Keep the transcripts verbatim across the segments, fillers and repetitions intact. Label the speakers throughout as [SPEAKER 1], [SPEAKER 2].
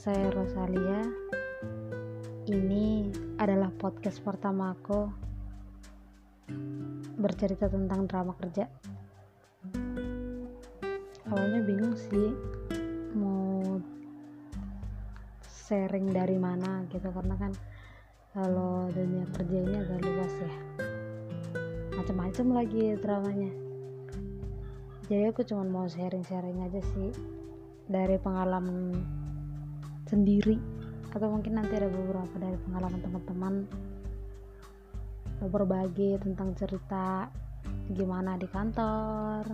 [SPEAKER 1] saya Rosalia. Ini adalah podcast pertama aku bercerita tentang drama kerja. Awalnya bingung sih mau sharing dari mana gitu, karena kan kalau dunia kerja ini agak luas ya, macam-macam lagi dramanya. Jadi aku cuma mau sharing-sharing aja sih dari pengalaman sendiri, atau mungkin nanti ada beberapa dari pengalaman teman-teman, berbagi tentang cerita gimana di kantor,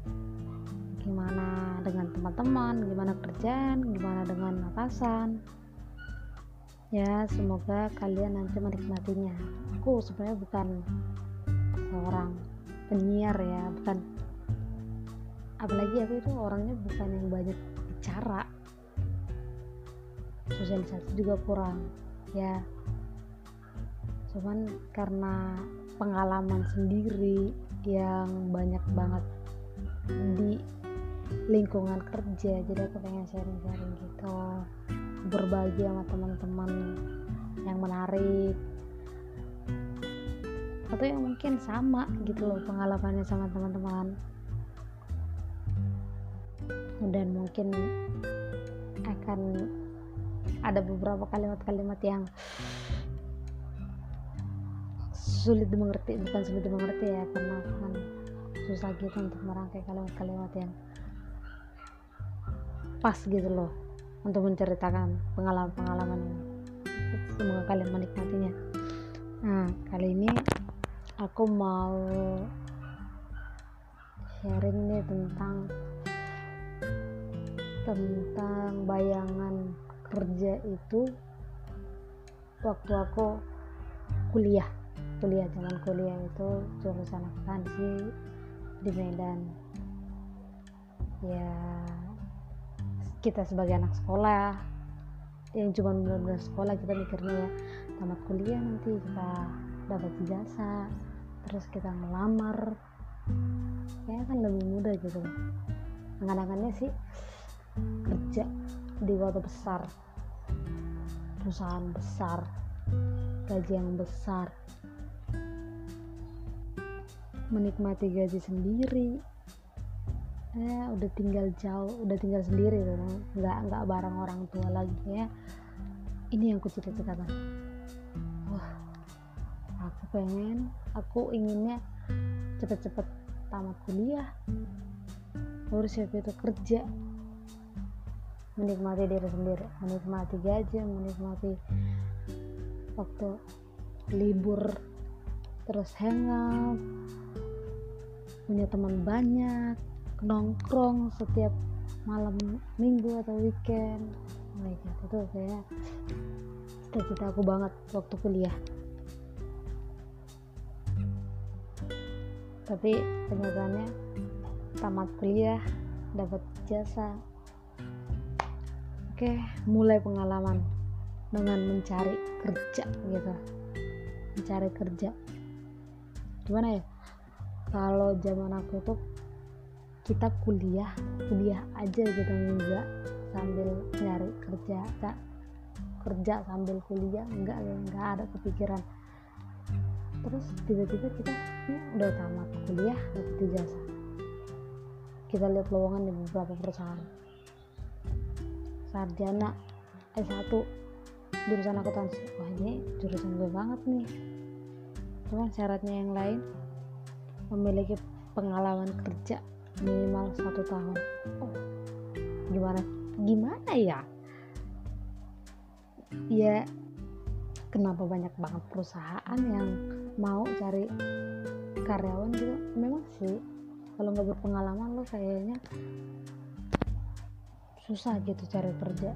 [SPEAKER 1] gimana dengan teman-teman, gimana kerjaan, gimana dengan atasan. Ya, semoga kalian nanti menikmatinya. Aku sebenarnya bukan seorang penyiar ya, bukan, apalagi aku itu orangnya bukan yang banyak bicara, sosialisasi juga kurang ya. Cuman karena pengalaman sendiri yang banyak banget di lingkungan kerja, jadi aku pengen sharing-sharing gitu, berbagi sama teman-teman yang menarik atau yang mungkin sama gitu loh pengalamannya sama teman-teman. Dan mungkin akan ada beberapa kalimat-kalimat yang sulit dimengerti, bukan sulit dimengerti ya, karena kan susah gitu untuk merangkai kalimat-kalimat yang pas gitu loh untuk menceritakan pengalaman-pengalaman ini. Semoga kalian menikmatinya. Nah, kali ini aku mau sharing nih tentang tentang bayangan kerja itu waktu aku kuliah kuliah zaman kuliah itu jurusan akuntansi di Medan. Ya, kita sebagai anak sekolah yang cuma benar-benar sekolah, kita mikirnya ya tamat kuliah nanti kita dapat ijazah, terus kita ngelamar, ya kan lebih mudah gitu. Kadang-kadangnya sih kerja di kota besar, perusahaan besar, gaji yang besar, menikmati gaji sendiri, ya udah tinggal jauh, udah tinggal sendiri tuh, nggak nggak bareng orang tua lagi ya. Ini yang aku cita-citakan. Wah, aku pengen, aku inginnya cepet-cepet tamat kuliah, baru siap itu kerja, menikmati diri sendiri, menikmati gaji, menikmati waktu libur, terus hangout, punya teman banyak, nongkrong setiap malam minggu atau weekend. Oh my god, itu kayak cita-cita aku banget waktu kuliah. Tapi kenyataannya tamat kuliah, dapat jasa. Oke, mulai pengalaman dengan mencari kerja gitu. Mencari kerja. Gimana ya? Kalau zaman aku tuh kita kuliah, kuliah aja gitu, enggak sambil nyari kerja, enggak kerja sambil kuliah, enggak, enggak ada kepikiran. Terus tiba-tiba kita ya, udah tamat kuliah, dapat ijazah. Kita lihat lowongan di beberapa perusahaan. Sarjana S satu jurusan akuntansi, wah ini jurusan gue banget nih. Cuman syaratnya yang lain, memiliki pengalaman kerja minimal satu tahun. Oh, gimana gimana ya ya kenapa banyak banget perusahaan yang mau cari karyawan gitu? Memang sih kalau nggak berpengalaman lo kayaknya susah gitu cari kerja.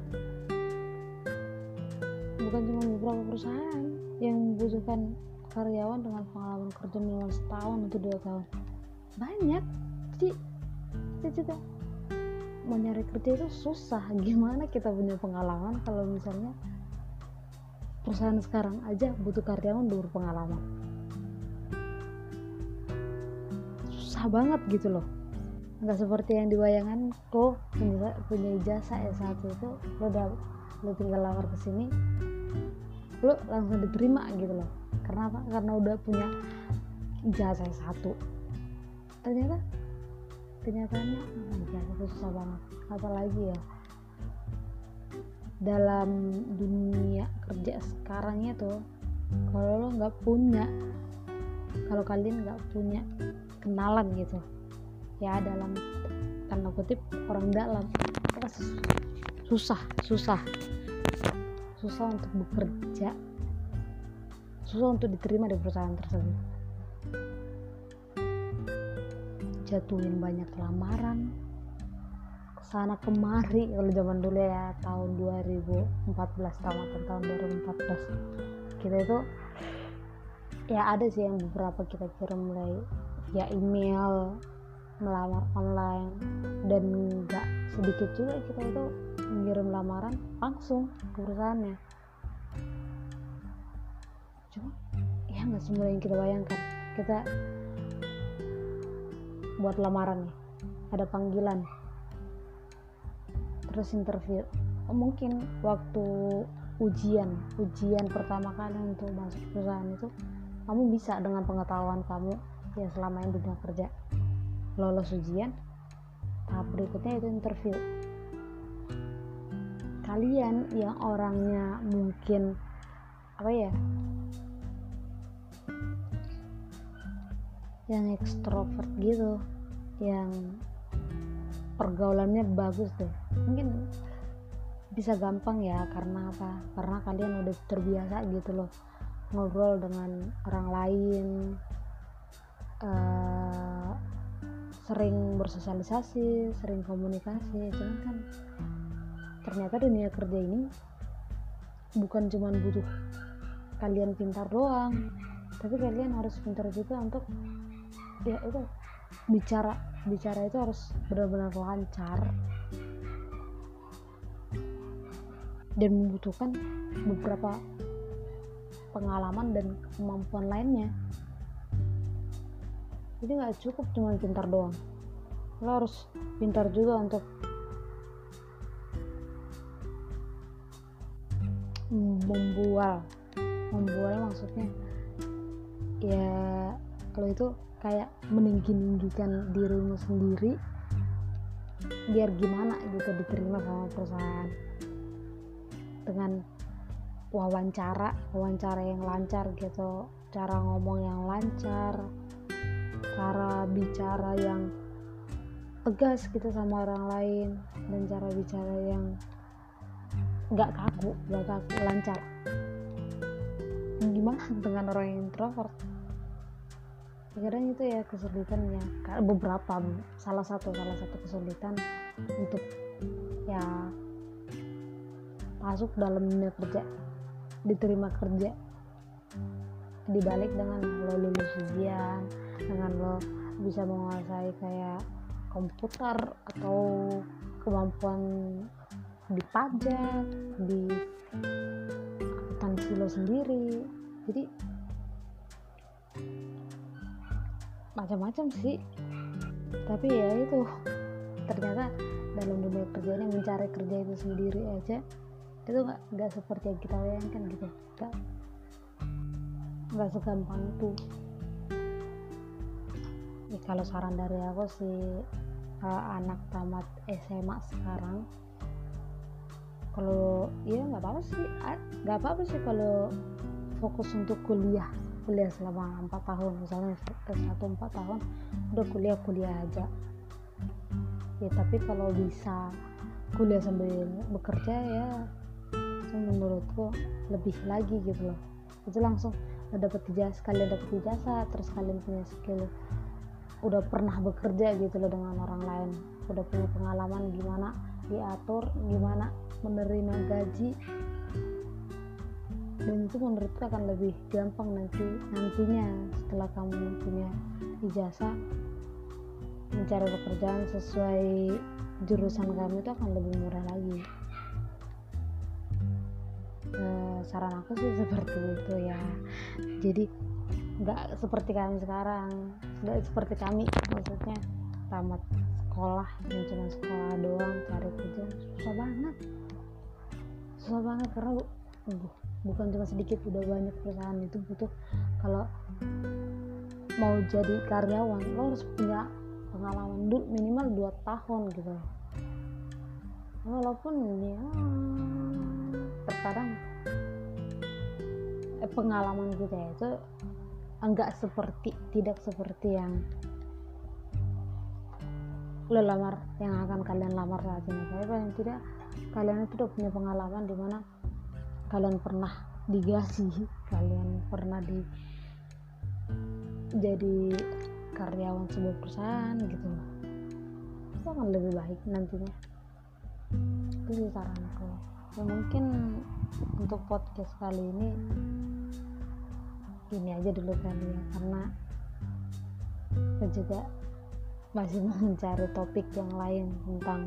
[SPEAKER 1] Bukan cuma beberapa perusahaan yang membutuhkan karyawan dengan pengalaman kerja minimal setahun atau dua tahun, banyak. Jadi cita-cita mau nyari kerja itu susah. Gimana kita punya pengalaman kalau misalnya perusahaan sekarang aja butuh karyawan udah berpengalaman? Susah banget gitu loh. Nggak seperti yang dibayangkan, kok punya, punya ijazah S satu itu lo udah lu tinggal lamar ke sini lu langsung diterima gitu loh. Karena apa? Karena udah punya ijazah satu. Ternyata kenyataannya oh, ijazah itu susah banget. Apalagi ya dalam dunia kerja sekarang itu, kalau lo nggak punya, kalau kalian nggak punya kenalan gitu ya, dalam tanda kutip orang dalam, susah susah susah untuk bekerja, susah untuk diterima di perusahaan tersebut. Jatuhin banyak lamaran sana kemari. Kalau zaman dulu ya, tahun dua ribu empat belas, tamatan tahun dua ribu empat belas, kita itu ya ada sih yang beberapa kita kirim mulai via email, melamar online, dan nggak sedikit juga kita itu mengirim lamaran langsung ke perusahaannya. Cuma ya nggak semua yang kita bayangkan. Kita buat lamaran nih, ada panggilan, terus interview. Oh, mungkin waktu ujian ujian pertama kali untuk masuk perusahaan itu, kamu bisa dengan pengetahuan kamu ya selama ini dunia kerja, lolos ujian, tahap berikutnya itu interview. Kalian yang orangnya mungkin apa ya, yang ekstrovert gitu, yang pergaulannya bagus deh, mungkin bisa gampang ya. Karena apa? Karena kalian udah terbiasa gitu loh ngobrol dengan orang lain, uh, sering bersosialisasi, sering komunikasi. Cuman kan ternyata dunia kerja ini bukan cuma butuh kalian pintar doang, tapi kalian harus pintar juga untuk ya itu bicara bicara itu harus benar-benar lancar dan membutuhkan beberapa pengalaman dan kemampuan lainnya. Jadi nggak cukup cuma pintar doang, lo harus pintar juga untuk membual membual maksudnya ya, kalau itu kayak meninggi-ninggikan dirimu sendiri biar gimana gitu diterima sama perusahaan, dengan wawancara wawancara yang lancar gitu, cara ngomong yang lancar, cara bicara yang tegas gitu sama orang lain, dan cara bicara yang nggak kaku nggak kaku lancar. Gimana dengan orang yang introvert? Kadang itu ya kesulitannya, beberapa salah satu salah satu kesulitan untuk ya masuk dalam dunia kerja, diterima kerja, dibalik dengan lo lulus ujian, dengan lo bisa menguasai kayak komputer atau kemampuan di pajak, di akuntansi lo sendiri. Jadi macam-macam sih, tapi ya itu ternyata dalam dunia kerja ini mencari kerja itu sendiri aja itu nggak nggak seperti yang kita bayangkan gitu, nggak nggak segampang itu. Ya, kalau saran dari aku sih, uh, anak tamat S M A sekarang, kalau ya nggak apa-apa sih nggak apa-apa sih kalau fokus untuk kuliah kuliah selama empat tahun, misalnya S satu empat tahun udah kuliah kuliah aja ya. Tapi kalau bisa kuliah sambil bekerja ya menurutku lebih lagi gitu loh. Itu langsung dapat ijazah, kalian dapat ijazah, terus kalian punya skill, udah pernah bekerja gitu loh dengan orang lain, udah punya pengalaman gimana diatur, gimana menerima gaji, dan itu menurutku akan lebih gampang nanti nantinya setelah kamu punya ijazah, mencari pekerjaan sesuai jurusan kamu itu akan lebih murah lagi. Eh, saran aku sih seperti itu ya. Jadi nggak seperti kami sekarang, nggak seperti kami maksudnya tamat sekolah yang cuma sekolah doang, cari kerja susah banget susah banget karena bu, bu- bukan cuma sedikit, udah banyak perusahaan itu butuh kalau mau jadi karyawan lo harus punya pengalaman dulu minimal dua tahun gitu. Walaupun ya terkadang eh, pengalaman kita itu enggak seperti tidak seperti yang lo lamar, yang akan kalian lamar saat ini, tapi paling tidak kalian itu udah punya pengalaman di mana kalian pernah digaji, kalian pernah di jadi karyawan sebuah perusahaan gitu loh. Itu akan lebih baik nantinya. Itu sih saranku. Ya, mungkin untuk podcast kali ini ini aja dulu kali ya, karena aku juga masih mencari topik yang lain tentang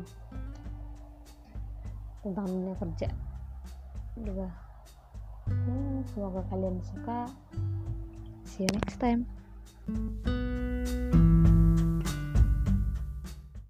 [SPEAKER 1] tentang dunia kerja juga. Ya, semoga kalian suka. See you next time.